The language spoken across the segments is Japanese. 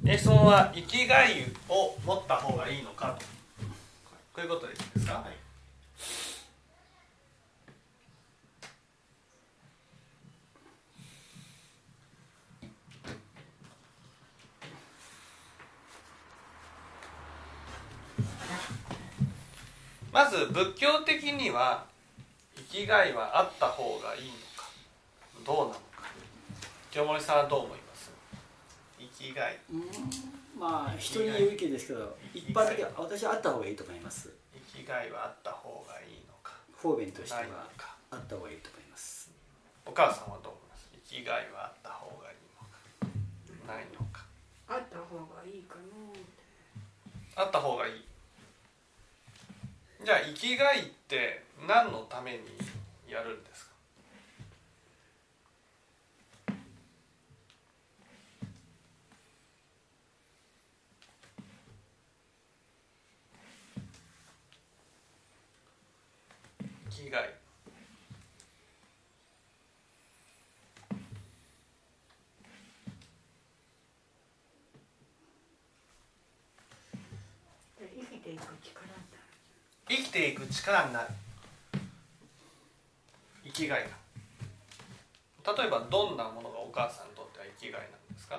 質問は生きがいを持った方がいいのかと、こういうことでいいですか？はい。まず仏教的には生きがいはあった方がいいのかどうなのか、清盛さんはどう思います？生きがい、 まあ人による意見ですけど、一般的には私はあった方がいいと思います。 生きがいはあった方がいいのか、 方便としてはあった方がいいと思います。 お母さんはどう思います？生きがいはあった方がいいのかないのか。 あった方がいいかな。 あった方がいい。じゃあ生きがいって何のためにやるんですか？生きがい。 生きていく力になる。 生きていく力になる。生きがいが。例えばどんなものがお母さんにとっては生きがいなんですか？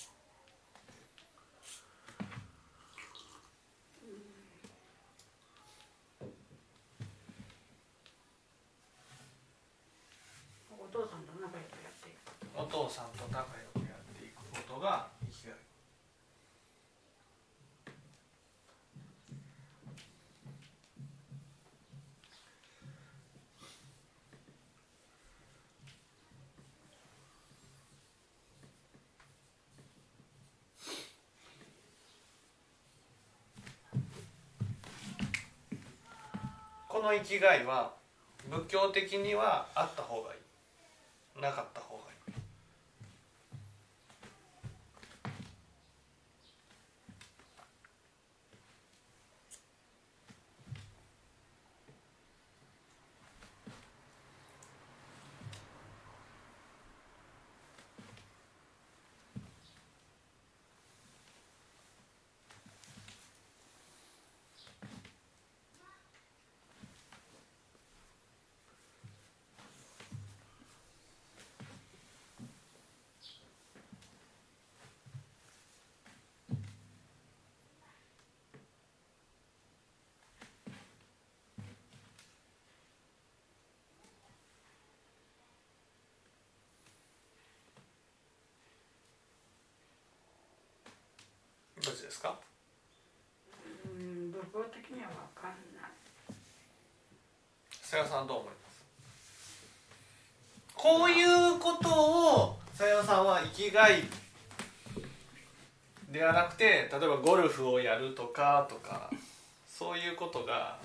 お父さんと仲良くやっていく。 お父さんと仲良くやっていくことが生きがい。この生きがいは仏教的にはあった方がいい、なかった方がいい。どっちですか？ 仏教的には分かんない。 さやさんどう思います？こういうことをさやさんは生きがいではなくて、例えばゴルフをやるとかそういうことが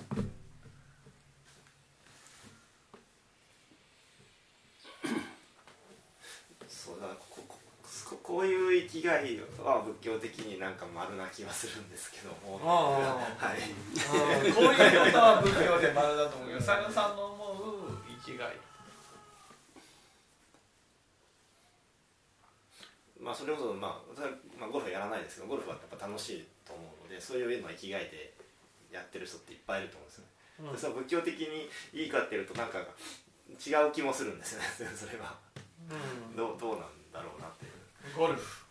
そうだ、こういう生きがいは仏教的になんか丸な気はするんですけども、はい、 こういうことは仏教で丸だと思うけど、さやさんの思う生きがい、 まあそれこそゴルフはやらないですけど、ゴルフはやっぱ楽しいと思うので、そういうの生きがいでやってる人っていっぱいいると思うんですね。それは仏教的にいいかっていうとなんか違う気もするんですよね。それは、どうなんだろうなっていう。 ゴルフ。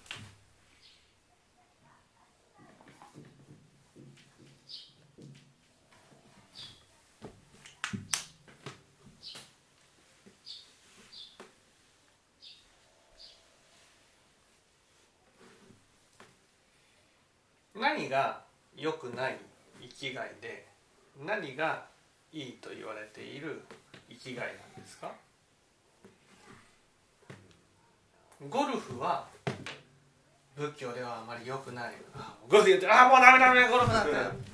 何が良くない生きがいで、何がいいと言われている生きがいなんですか？ゴルフは仏教ではあまり良くない。ゴルフ言って、もうダメゴルフなんて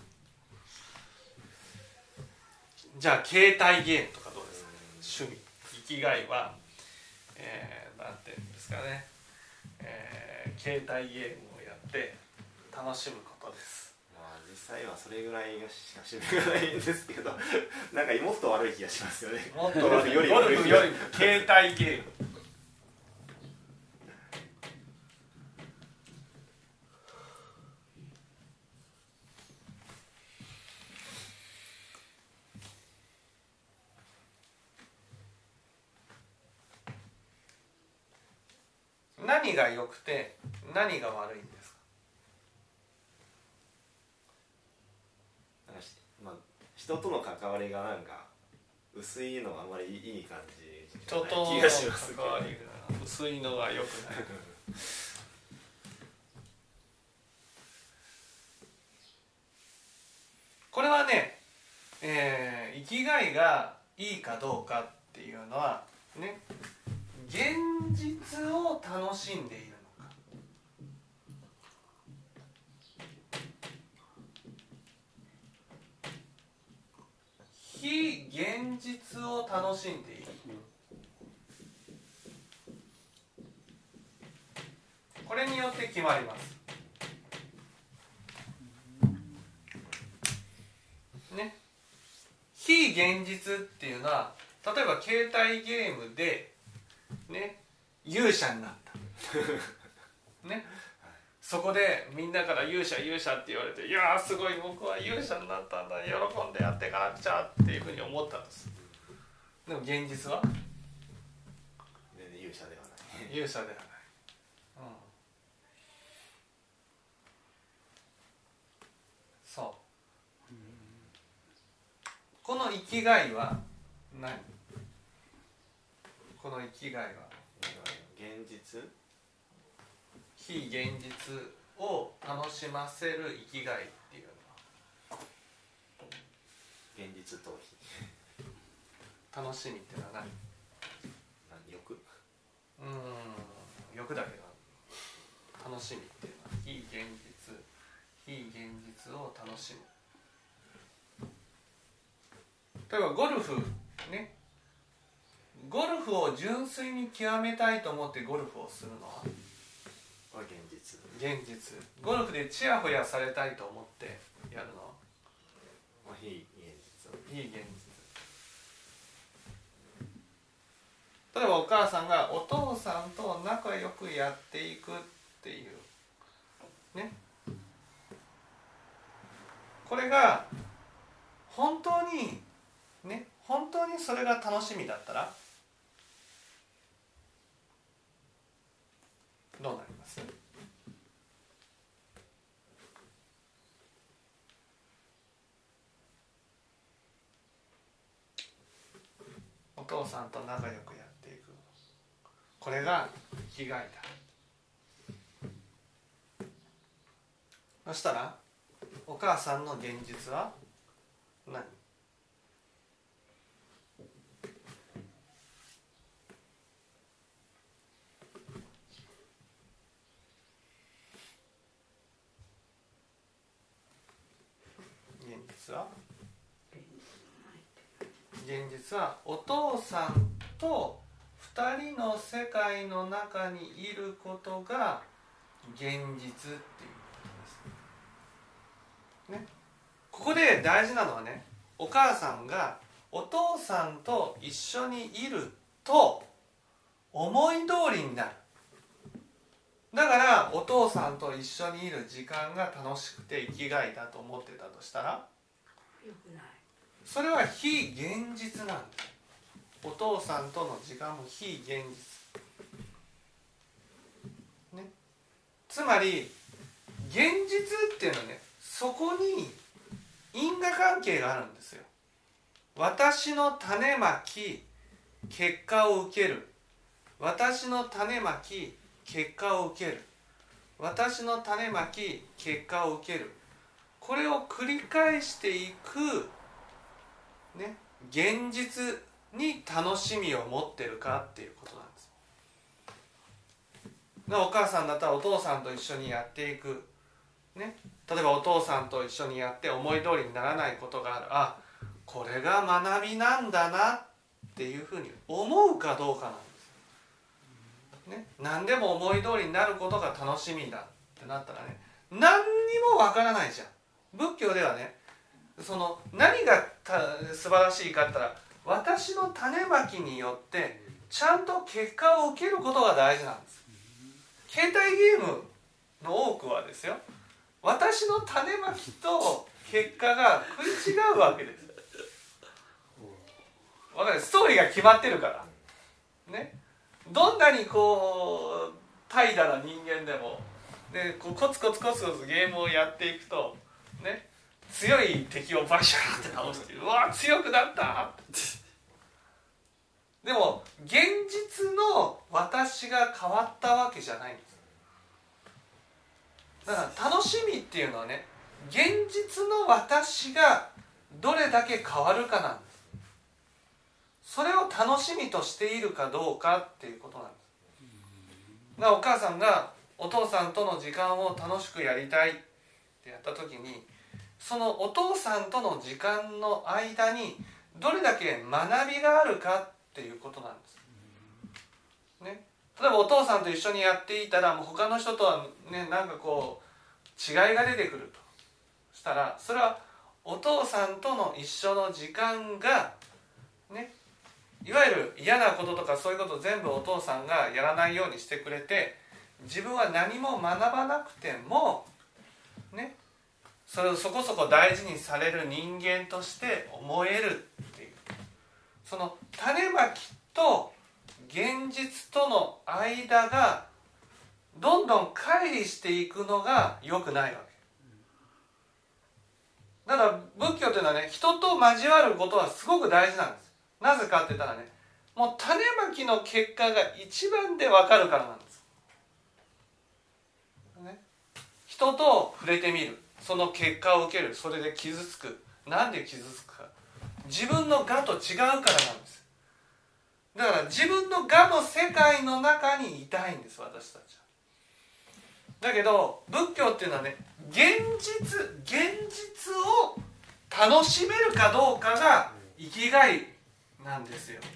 じゃあ携帯ゲームとかどうですか？趣味、生きがいは、なんていうんですかね、携帯ゲームをやって楽しむことです。 まあ実際はそれぐらいしか趣味がないんですけど、なんかもっと悪い気がしますよね。 もっと悪い。ゴルフよりも携帯ゲーム。 何が良くて何が悪いんですか？ なんかまあ、人との関わりがなんか薄いのはあんまりいい感じじゃない気がしますけど、 関わりが薄いのが良くないこれはね、生きがいがいいかどうかっていうのはね、現実を楽しんでいるのか、非現実を楽しんでいる、これによって決まりますね。非現実っていうのは、例えば携帯ゲームでね、勇者になったね、そこでみんなから勇者勇者って言われて、いやーすごい僕は勇者になったんだ、喜んでやっていかなくちゃっていうふうに思ったんです。でも現実は全然勇者ではない勇者ではない、そうこの生きがいは何？この生きがいは現実、 非現実を楽しませる生きがいっていうのは、 現実逃避、 楽しみっていうのは何？ 欲、 欲だけど楽しみっていうのは非現実を楽しむ。例えばゴルフね、ゴルフを純粋に極めたいと思ってゴルフをするのは現実、 現実。ゴルフでチヤホヤされたいと思ってやるのは非現実。 例えばお母さんがお父さんと仲良くやっていくっていうね、これが本当にね、本当にそれが楽しみだったらどうなります？お父さんと仲良くやっていく、これが生きがいだ。そしたらお母さんの現実は何？現実はお父さんと2人の世界の中にいることが現実っていうことですね。ここで大事なのはね、お母さんがお父さんと一緒にいると思い通りになる。だからお父さんと一緒にいる時間が楽しくて生きがいだと思ってたとしたら、 よくない。 それは非現実なんです。お父さんとの時間も非現実、ね、つまり現実っていうのはね、そこに因果関係があるんですよ。私の種まき結果を受ける、私の種まき結果を受ける、私の種まき結果を受ける、これを繰り返していくね、現実に楽しみを持ってるかっていうことなんです。お母さんだったらお父さんと一緒にやっていく、ね、例えばお父さんと一緒にやって思い通りにならないことがある、あ、これが学びなんだなっていうふうに思うかどうかなんです、ね、何でも思い通りになることが楽しみだってなったらね、何にもわからないじゃん。仏教ではね、その何が素晴らしいかって言ったら、私の種まきによってちゃんと結果を受けることが大事なんです。携帯ゲームの多くはですよ、私の種まきと結果が食い違うわけです。わかる？ストーリーが決まってるからね。どんなにこう怠惰な人間でも、でこうコツコツコツコツゲームをやっていくとね、強い敵をバシャーって倒して、うわ強くなったでも現実の私が変わったわけじゃないんです。だから楽しみっていうのはね、現実の私がどれだけ変わるかなんです。それを楽しみとしているかどうかっていうことなんです。だからお母さんがお父さんとの時間を楽しくやりたいってやった時に、そのお父さんとの時間の間にどれだけ学びがあるかっていうことなんです、ね、例えばお父さんと一緒にやっていたらもう他の人とはね、なんかこう違いが出てくるとしたら、それはお父さんとの一緒の時間がね、いわゆる嫌なこととかそういうことを全部お父さんがやらないようにしてくれて、自分は何も学ばなくてもね、それをそこそこ大事にされる人間として思えるっていう、その種まきと現実との間がどんどん乖離していくのが良くないわけだから。仏教というのはね、人と交わることはすごく大事なんです。なぜかって言ったらね、もう種まきの結果が一番で分かるからなんです、ね、人と触れてみる、その結果を受ける、それで傷つく。なんで傷つくか、自分の我と違うからなんです。だから自分の我の世界の中にいたいんです、私たちは。だけど仏教っていうのはね、現実を楽しめるかどうかが生きがいなんですよ。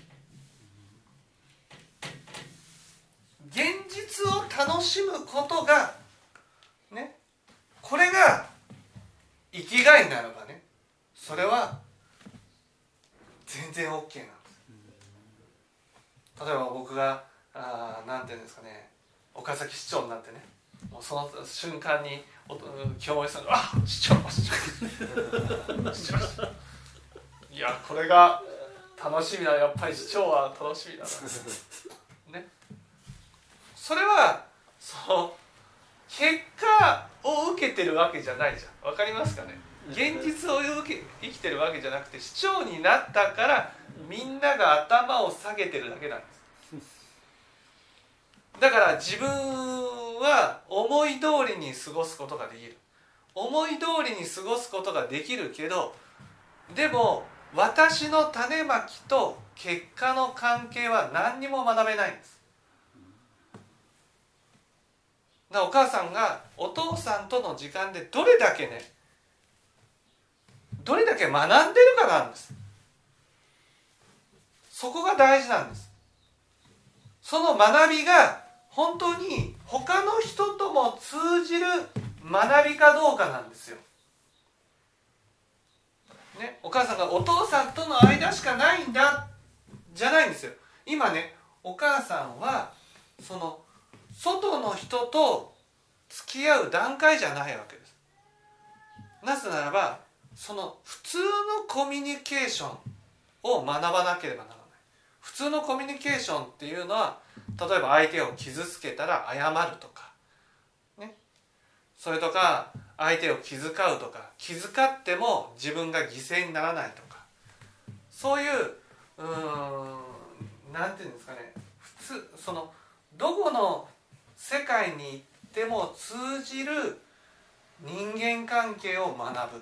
現実を楽しむことがね、これが生きがいならばね、それは全然 OK なんです。例えば僕がなんていうんですかね、岡崎市長になってね、もうその瞬間に清盛さんが「あっ市長いやこれが楽しみだ、やっぱり市長は楽しみだな」ね、それはその結果を受けてるわけじゃないじゃん。わかりますかね。現実を生きてるわけじゃなくて、市長になったからみんなが頭を下げてるだけなんです。だから自分は思い通りに過ごすことができる、思い通りに過ごすことができるけど、でも私の種まきと結果の関係は何にも学べないんです。だからお母さんがお父さんとの時間でどれだけ学んでるかなんです。そこが大事なんです。その学びが本当に他の人とも通じる学びかどうかなんですよ、ね、お母さんがお父さんとの間しかないんだじゃないんですよ。今ね、お母さんはその外の人と付き合う段階じゃないわけです。なぜならばその普通のコミュニケーションを学ばなければならない。普通のコミュニケーションっていうのは、例えば相手を傷つけたら謝るとか、ね、それとか相手を気遣うとか、気遣っても自分が犠牲にならないとか、そういうなんていうんですかね、普通そのどこの世界に行っても通じる人間関係を学ぶ。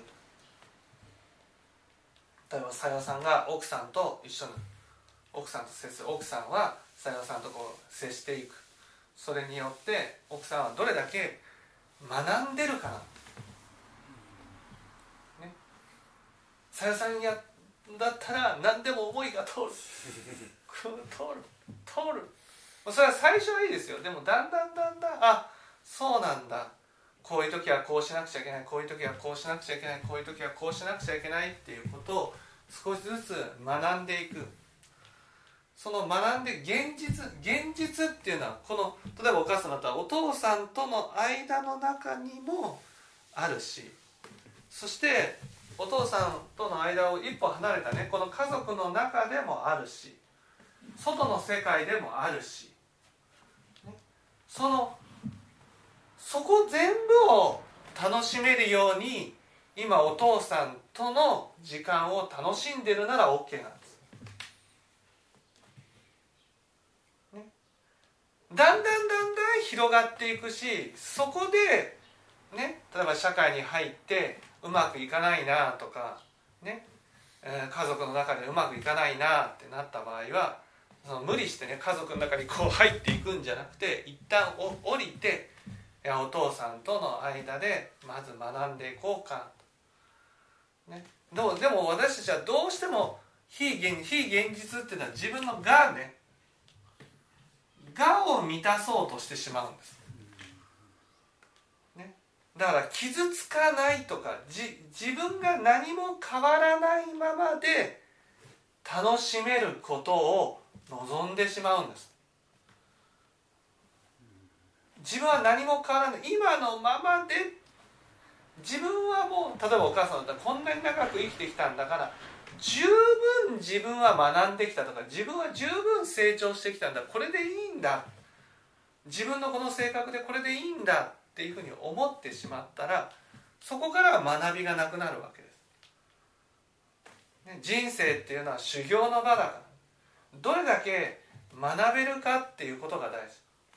例えばさよさんが奥さんと一緒に奥さんと接する、奥さんはさよさんとこう接していく。それによって奥さんはどれだけ学んでるかな、ね、さよさんだったら何でも思いが通る通る。それは最初はいいですよ。でもだんだんあ、そうなんだ、こういう時はこうしなくちゃいけない、こういう時はこうしなくちゃいけない、こういう時はこうしなくちゃいけないっていうことを少しずつ学んでいく。その学んで現実っていうのは、この例えばお母さんだったらお父さんとの間の中にもあるし、そしてお父さんとの間を一歩離れたね、この家族の中でもあるし、外の世界でもあるし、ね、 そこ全部を楽しめるように今お父さんとの時間を楽しんでるなら OK なんです、ね、だんだん広がっていくし、そこで、ね、例えば社会に入ってうまくいかないなとか、ね、家族の中でうまくいかないなってなった場合は、その無理してね家族の中にこう入っていくんじゃなくて、一旦降りて、いやお父さんとの間でまず学んでいこうか、ね、でも私たちはどうしても非現実っていうのは自分の我を満たそうとしてしまうんです、ね、だから傷つかないとか自分が何も変わらないままで楽しめることを望んでしまうんです。自分は何も変わらない今のままで、自分はもう例えばお母さんだったらこんなに長く生きてきたんだから十分自分は学んできたとか、自分は十分成長してきたんだ、これでいいんだ、自分のこの性格でこれでいいんだっていうふうに思ってしまったら、そこからは学びがなくなるわけです、ね、人生っていうのは修行の場だから、どれだけ学べるかっていうことが大事。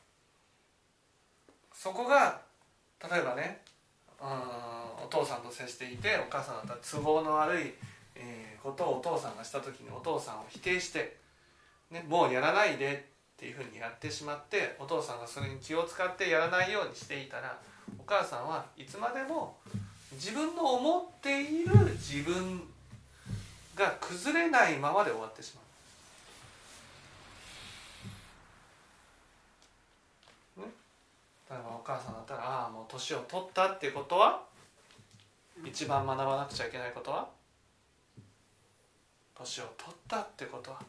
そこが例えばね、お父さんと接していて、お母さんだったら都合の悪いことをお父さんがした時にお父さんを否定して、ね、もうやらないでっていうふうにやってしまって、お父さんがそれに気を使ってやらないようにしていたら、お母さんはいつまでも自分の思っている自分が崩れないままで終わってしまう、ね、例えばお母さんだったら、もう年を取ったっていうことは、一番学ばなくちゃいけないことは、年を取ったってことは、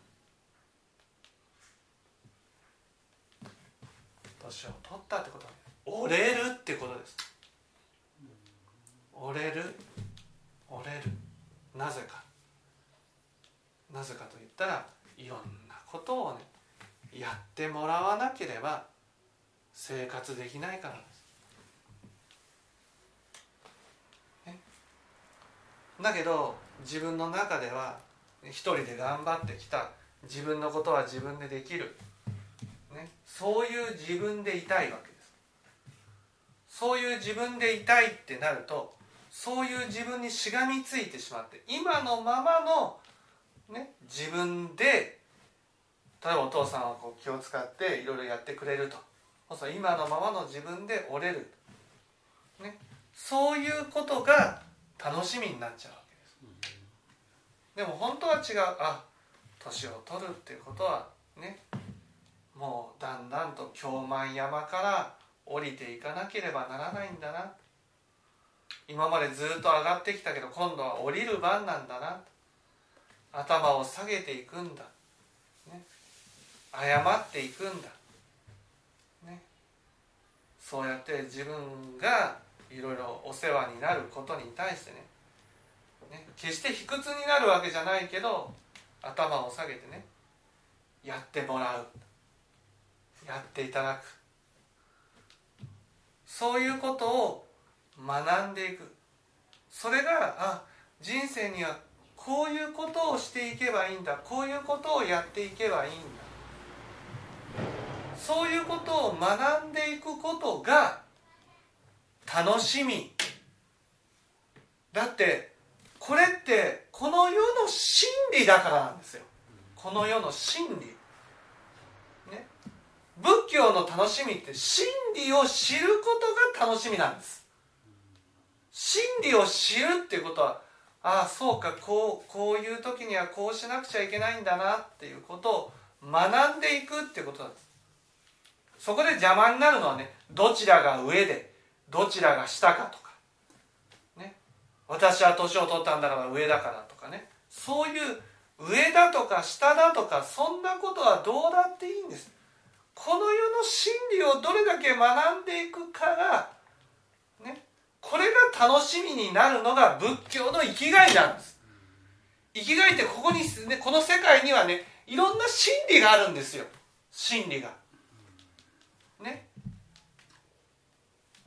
年を取ったってことは折れるってことです。折れる。なぜかといったら、いろんなことをねやってもらわなければ生活できないからです、ね、だけど自分の中では一人で頑張ってきた、自分のことは自分でできる、ね、そういう自分でいたいわけです。そういう自分でいたいってなると、そういう自分にしがみついてしまって、今のままの、ね、自分で、例えばお父さんはこう気を使っていろいろやってくれると、今のままの自分で折れる、ね、そういうことが楽しみになっちゃうわけです。でも本当は違う。年を取るっていうことはね、もうだんだんと京満山から降りていかなければならないんだな、今までずっと上がってきたけど今度は降りる番なんだな、頭を下げていくんだ、ね、謝っていくんだ、ね、そうやって自分がいろいろお世話になることに対してね、決して卑屈になるわけじゃないけど、頭を下げてね、やってもらう、やっていただく、そういうことを学んでいく。それが人生にはこういうことをしていけばいいんだ、こういうことをやっていけばいいんだ、そういうことを学んでいくことが楽しみだって、これってこの世の真理だからなんですよ。この世の真理、ね、仏教の楽しみって真理を知ることが楽しみなんです。真理を知るっていうことは、そうか、こういう時にはこうしなくちゃいけないんだなっていうことを学んでいくっていうことなんです。そこで邪魔になるのはね、どちらが上でどちらが下かとか、ね、私は年を取ったんだから上だからとかね、そういう上だとか下だとか、そんなことはどうだっていいんです。この世の真理をどれだけ学んでいくかがね、これが楽しみになるのが仏教の生きがいなんです。生きがいってここに、ね、この世界にはね、いろんな真理があるんですよ。真理がね、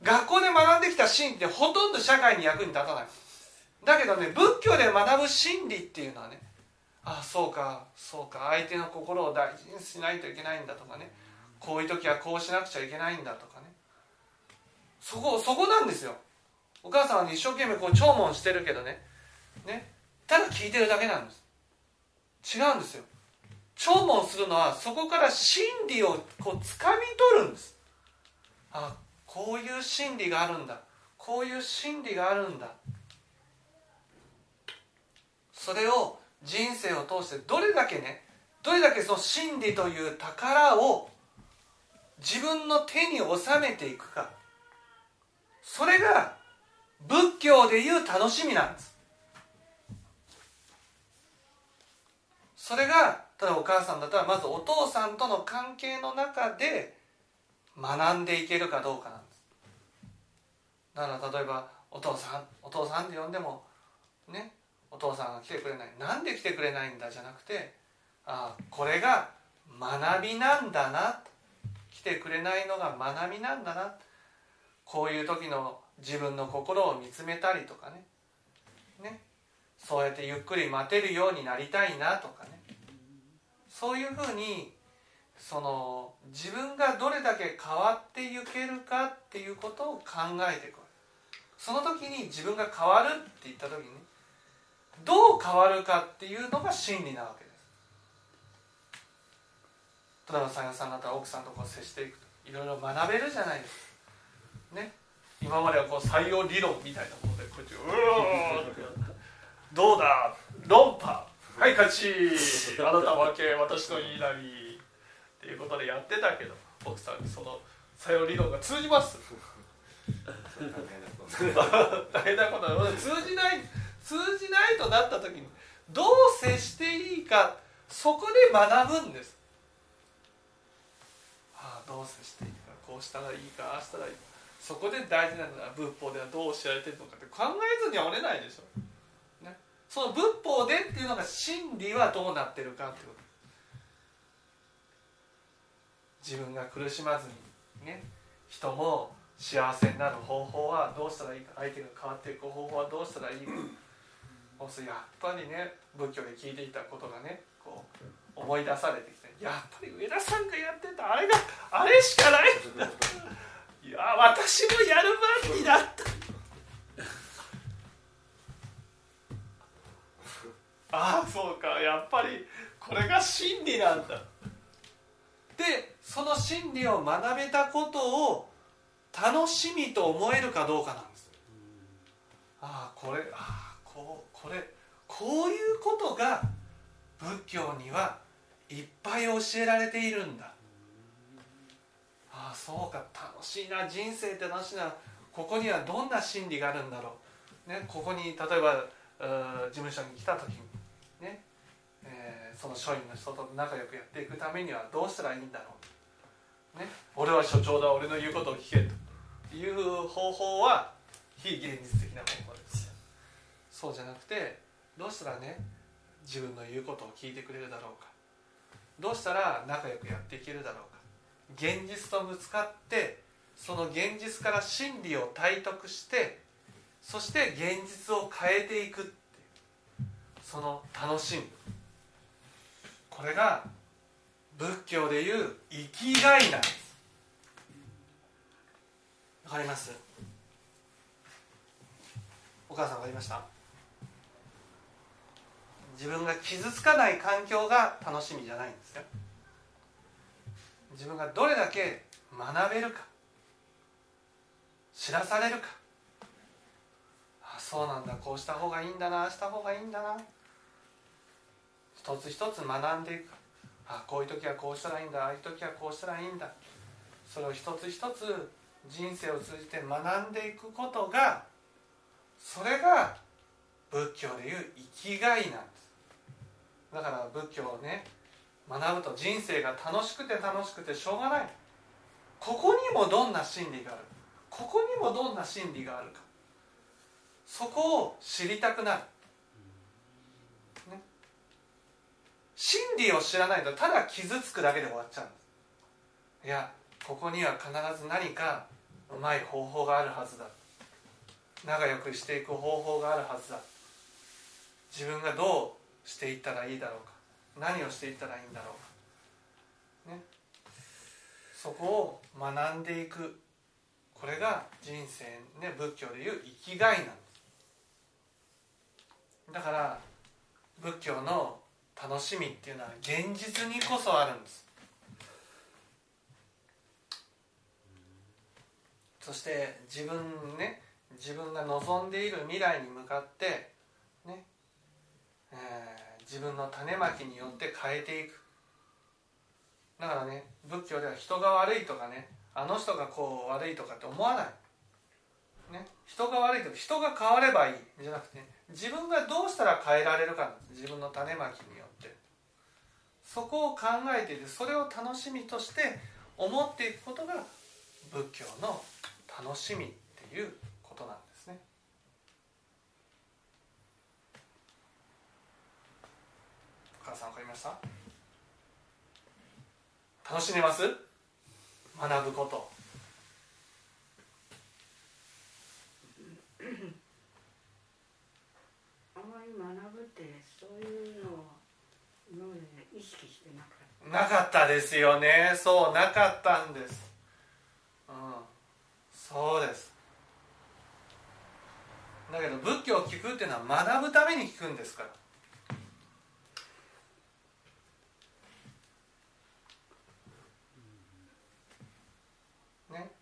学校で学んできた真理ってほとんど社会に役に立たない。だけどね、仏教で学ぶ真理っていうのはね、ああそうかそうか、相手の心を大事にしないといけないんだとかね、こういう時はこうしなくちゃいけないんだとかね、そこなんですよ。お母さんは、ね、一生懸命こう聴聞してるけどね、ただ聞いてるだけなんです。違うんですよ。聴聞するのはそこから真理をこう掴み取るんです。あ、こういう真理があるんだ、こういう真理があるんだ。それを人生を通してどれだけその真理という宝を自分の手に収めていくか、それが仏教でいう楽しみなんです。それが、例えばお母さんだったらまずお父さんとの関係の中で学んでいけるかどうかなんです。だから例えばお父さんって呼んでもね、お父さんが来てくれない、なんで来てくれないんだじゃなくて、ああこれが学びなんだな、来てくれないのが学びなんだな、こういう時の自分の心を見つめたりとかね、そうやってゆっくり待てるようになりたいなとかね、そういうふうにその自分がどれだけ変わっていけるかっていうことを考えていく。その時に自分が変わるって言った時にどう変わるかっていうのが真理なわけです。例えばさやさんだったら奥さんとこう接していくといろいろ学べるじゃないですかね。今まではこう採用理論みたいなものでこっちどうだ論破、はい勝ち、あなた負け、私の言いなりっていうことでやってたけど、奥さんにその採用理論が通じます大変なことだ。通じないとなった時にどう接していいか、そこで学ぶんです。どう接していいか、こうしたらいいか、ああしたらいいか、そこで大事なのは仏法ではどう教えられているのかって考えずには折れないでしょ、ね、その仏法でっていうのが真理はどうなってるかっていうこと。自分が苦しまずにね、人も幸せになる方法はどうしたらいいか、相手が変わっていく方法はどうしたらいいか、やっぱりね、仏教で聞いていたことがね、こう思い出されてきて、やっぱり上田さんがやってたあれしかないいや私もやる番になったああそうか、やっぱりこれが真理なんだ。でその真理を学べたことを楽しみと思えるかどうかなんです。こういうことが仏教にはいっぱい教えられているんだ。そうか、楽しいな、人生って楽しいな、ここにはどんな真理があるんだろう、ね、ここに例えば事務所に来た時にね、その署員の人と仲良くやっていくためにはどうしたらいいんだろう、ね、俺は所長だ、俺の言うことを聞けという方法は非現実的な方法ですよ。そうじゃなくて、どうしたらね、自分の言うことを聞いてくれるだろうか、どうしたら仲良くやっていけるだろうか、現実とぶつかってその現実から真理を体得して、そして現実を変えていくっていう、その楽しみ、これが仏教でいう生きがいなんです。わかります？お母さんわかりました？自分が傷つかない環境が楽しみじゃないんですよ。自分がどれだけ学べるか、知らされるか、そうなんだ、こうした方がいいんだな、した方がいいんだな、一つ一つ学んでいく。こういう時はこうしたらいいんだ、ああいう時はこうしたらいいんだ、それを一つ一つ人生を通じて学んでいくことが、それが仏教でいう生きがいなんです。だから仏教をね、学ぶと人生が楽しくて楽しくてしょうがない。ここにもどんな真理がある、ここにもどんな真理があるか、そこを知りたくなる、ね、真理を知らないとただ傷つくだけで終わっちゃうんです。いや、ここには必ず何かうまい方法があるはずだ、仲良くしていく方法があるはずだ、自分がどうしていったらいいだろうか、何をしていったらいいんだろうか、ね、そこを学んでいく、これが人生、ね、仏教でいう生きがいなんです。だから仏教の楽しみっていうのは現実にこそあるんです。そして自分が望んでいる未来に向かってね、自分の種まきによって変えていく。だからね、仏教では人が悪いとかね、あの人がこう悪いとかって思わない、ね、人が悪いとか人が変わればいいじゃなくて、自分がどうしたら変えられるかなんです。自分の種まきによってそこを考えていて、それを楽しみとして思っていくことが仏教の楽しみっていうことなんですね。お母さん分かりました？楽しめます？学ぶこと。 あまり学ぶってそういうのを今まで意識してなかった。 なかったですよね。そう、なかったんです。そうです。だけど仏教を聞くっていうのは学ぶために聞くんですから。ね。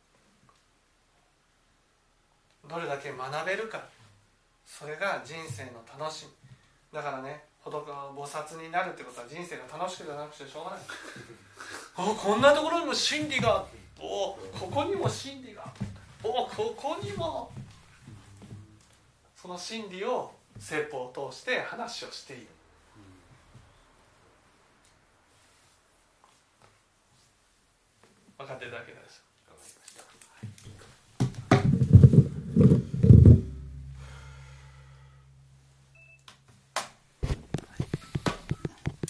どれだけ学べるか、それが人生の楽しみ。だからね、菩薩になるってことは人生が楽しくじゃなくてしょうがない。こんなところにも真理が、ここにも真理が、ここにも、その真理を説法を通して話をしている。